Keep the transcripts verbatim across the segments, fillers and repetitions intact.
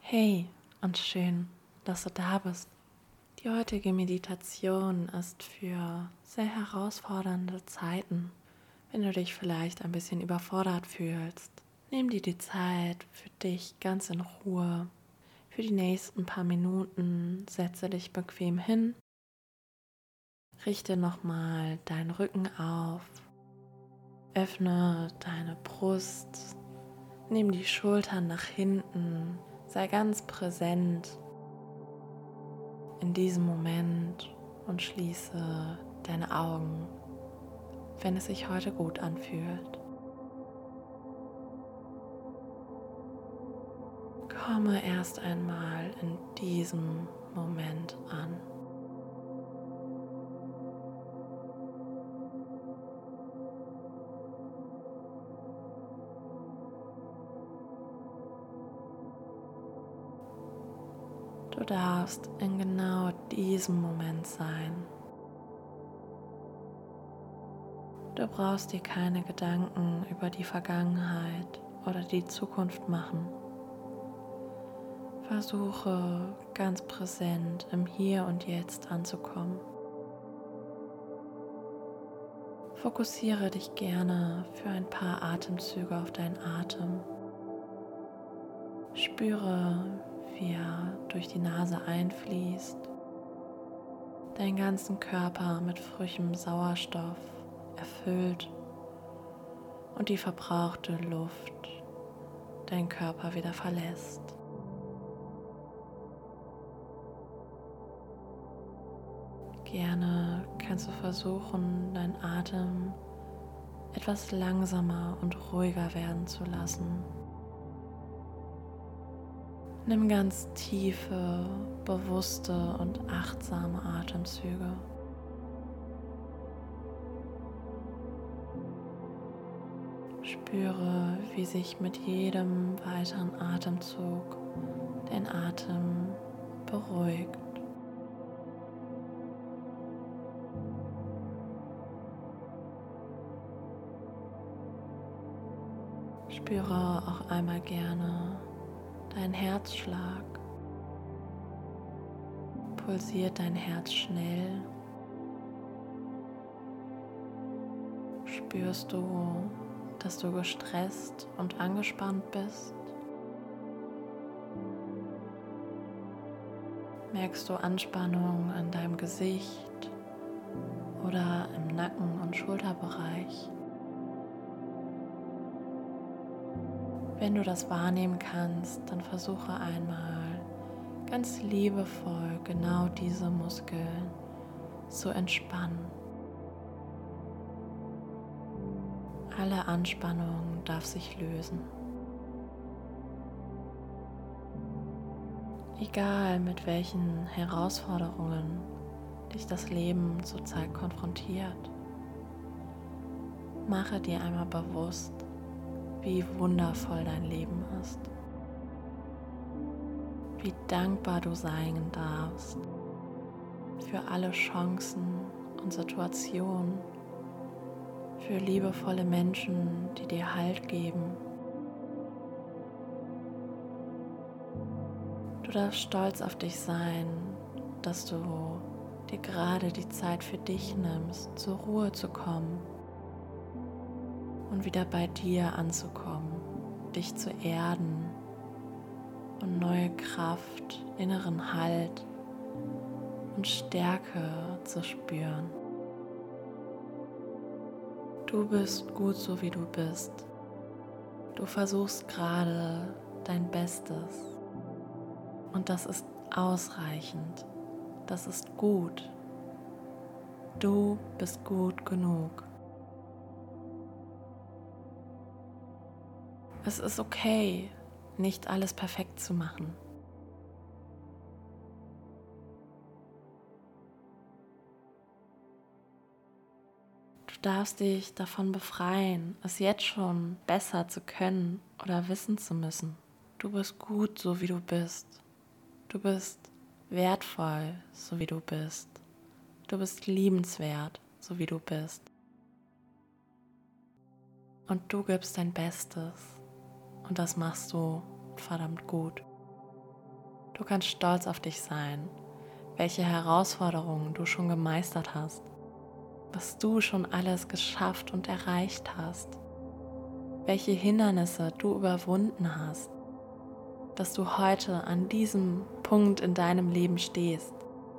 Hey und schön, dass du da bist. Die heutige Meditation ist für sehr herausfordernde Zeiten. Wenn du dich vielleicht ein bisschen überfordert fühlst, nimm dir die Zeit für dich ganz in Ruhe. Für die nächsten paar Minuten setze dich bequem hin, richte nochmal deinen Rücken auf, öffne deine Brust, nimm die Schultern nach hinten, sei ganz präsent in diesem Moment und schließe deine Augen, wenn es sich heute gut anfühlt. Komme erst einmal in diesem Moment an. Du darfst in genau diesem Moment sein. Du brauchst dir keine Gedanken über die Vergangenheit oder die Zukunft machen. Versuche ganz präsent im Hier und Jetzt anzukommen. Fokussiere dich gerne für ein paar Atemzüge auf deinen Atem. Spüre, wie er durch die Nase einfließt, deinen ganzen Körper mit frischem Sauerstoff erfüllt und die verbrauchte Luft deinen Körper wieder verlässt. Gerne kannst du versuchen, deinen Atem etwas langsamer und ruhiger werden zu lassen. Nimm ganz tiefe, bewusste und achtsame Atemzüge. Spüre, wie sich mit jedem weiteren Atemzug dein Atem beruhigt. Spüre auch einmal gerne deinen Herzschlag. Pulsiert dein Herz schnell? Spürst du, dass du gestresst und angespannt bist? Merkst du Anspannung in deinem Gesicht oder im Nacken- und Schulterbereich? Wenn du das wahrnehmen kannst, dann versuche einmal ganz liebevoll genau diese Muskeln zu entspannen. Alle Anspannung darf sich lösen. Egal mit welchen Herausforderungen dich das Leben zurzeit konfrontiert, mache dir einmal bewusst, wie wundervoll dein Leben ist, wie dankbar du sein darfst für alle Chancen und Situationen, für liebevolle Menschen, die dir Halt geben. Du darfst stolz auf dich sein, dass du dir gerade die Zeit für dich nimmst, zur Ruhe zu kommen und wieder bei dir anzukommen, dich zu erden und neue Kraft, inneren Halt und Stärke zu spüren. Du bist gut so wie du bist. Du versuchst gerade dein Bestes und das ist ausreichend. Das ist gut. Du bist gut genug. Es ist okay, nicht alles perfekt zu machen. Du darfst dich davon befreien, es jetzt schon besser zu können oder wissen zu müssen. Du bist gut, so wie du bist. Du bist wertvoll, so wie du bist. Du bist liebenswert, so wie du bist. Und du gibst dein Bestes. Und das machst du verdammt gut. Du kannst stolz auf dich sein, welche Herausforderungen du schon gemeistert hast, was du schon alles geschafft und erreicht hast, welche Hindernisse du überwunden hast, dass du heute an diesem Punkt in deinem Leben stehst.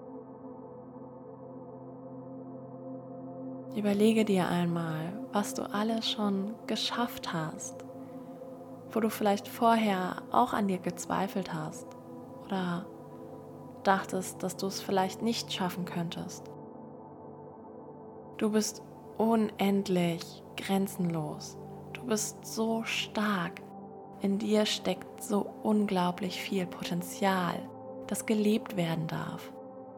Überlege dir einmal, was du alles schon geschafft hast, wo du vielleicht vorher auch an dir gezweifelt hast oder dachtest, dass du es vielleicht nicht schaffen könntest. Du bist unendlich grenzenlos. Du bist so stark. In dir steckt so unglaublich viel Potenzial, das gelebt werden darf.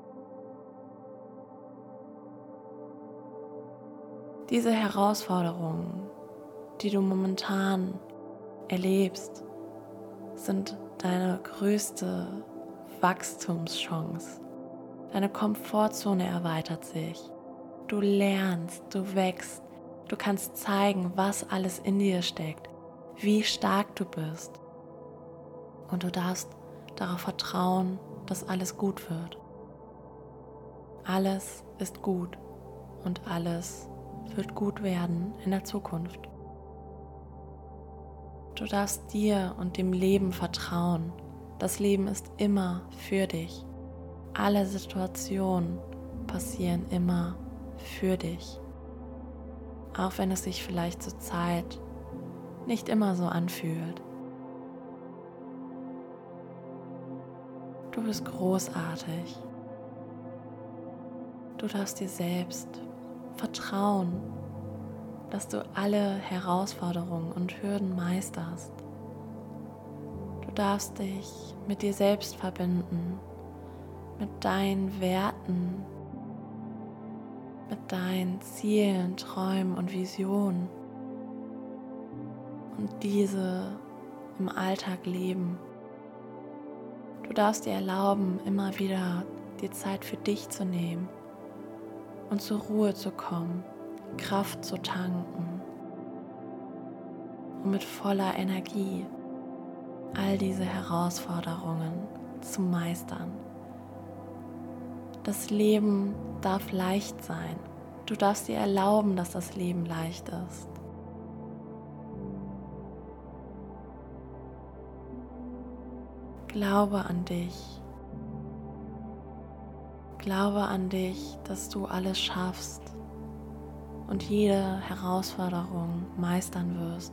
Diese Herausforderungen, die du momentan erlebst, sind deine größte Wachstumschance. Deine Komfortzone erweitert sich. Du lernst, du wächst, du kannst zeigen, was alles in dir steckt, wie stark du bist. Und du darfst darauf vertrauen, dass alles gut wird. Alles ist gut und alles wird gut werden in der Zukunft. Du darfst dir und dem Leben vertrauen. Das Leben ist immer für dich. Alle Situationen passieren immer für dich. Auch wenn es sich vielleicht zur Zeit nicht immer so anfühlt. Du bist großartig. Du darfst dir selbst vertrauen, dass du alle Herausforderungen und Hürden meisterst. Du darfst dich mit dir selbst verbinden, mit deinen Werten, mit deinen Zielen, Träumen und Visionen und diese im Alltag leben. Du darfst dir erlauben, immer wieder die Zeit für dich zu nehmen und zur Ruhe zu kommen, Kraft zu tanken und mit voller Energie all diese Herausforderungen zu meistern. Das Leben darf leicht sein. Du darfst dir erlauben, dass das Leben leicht ist. Glaube an dich. Glaube an dich, dass du alles schaffst und jede Herausforderung meistern wirst.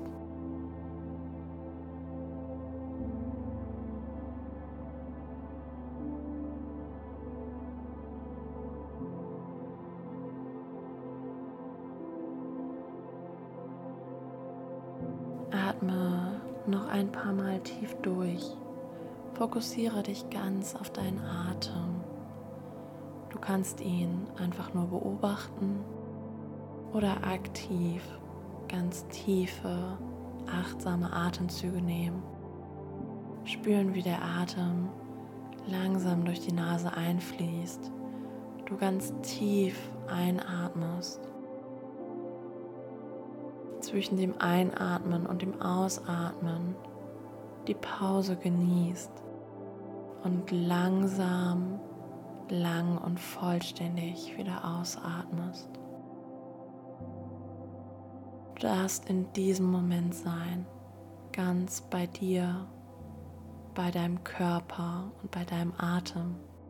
Atme noch ein paar Mal tief durch. Fokussiere dich ganz auf deinen Atem. Du kannst ihn einfach nur beobachten oder aktiv ganz tiefe, achtsame Atemzüge nehmen. Spüren, wie der Atem langsam durch die Nase einfließt. Du ganz tief einatmest. Zwischen dem Einatmen und dem Ausatmen die Pause genießt und langsam, lang und vollständig wieder ausatmest. Du darfst in diesem Moment sein, ganz bei dir, bei deinem Körper und bei deinem Atem.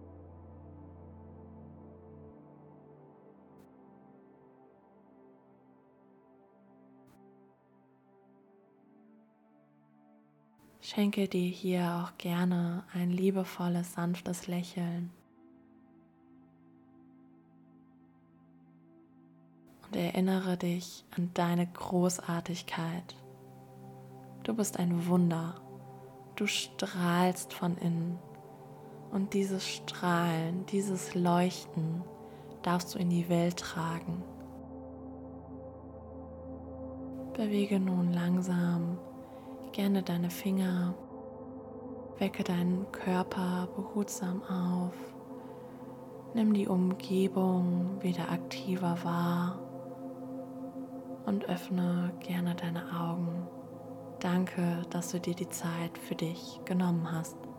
Schenke dir hier auch gerne ein liebevolles, sanftes Lächeln und erinnere dich an deine Großartigkeit. Du bist ein Wunder, du strahlst von innen und dieses Strahlen, dieses Leuchten darfst du in die Welt tragen. Bewege nun langsam gerne deine Finger, wecke deinen Körper behutsam auf, nimm die Umgebung wieder aktiver wahr und öffne gerne deine Augen. Danke, dass du dir die Zeit für dich genommen hast.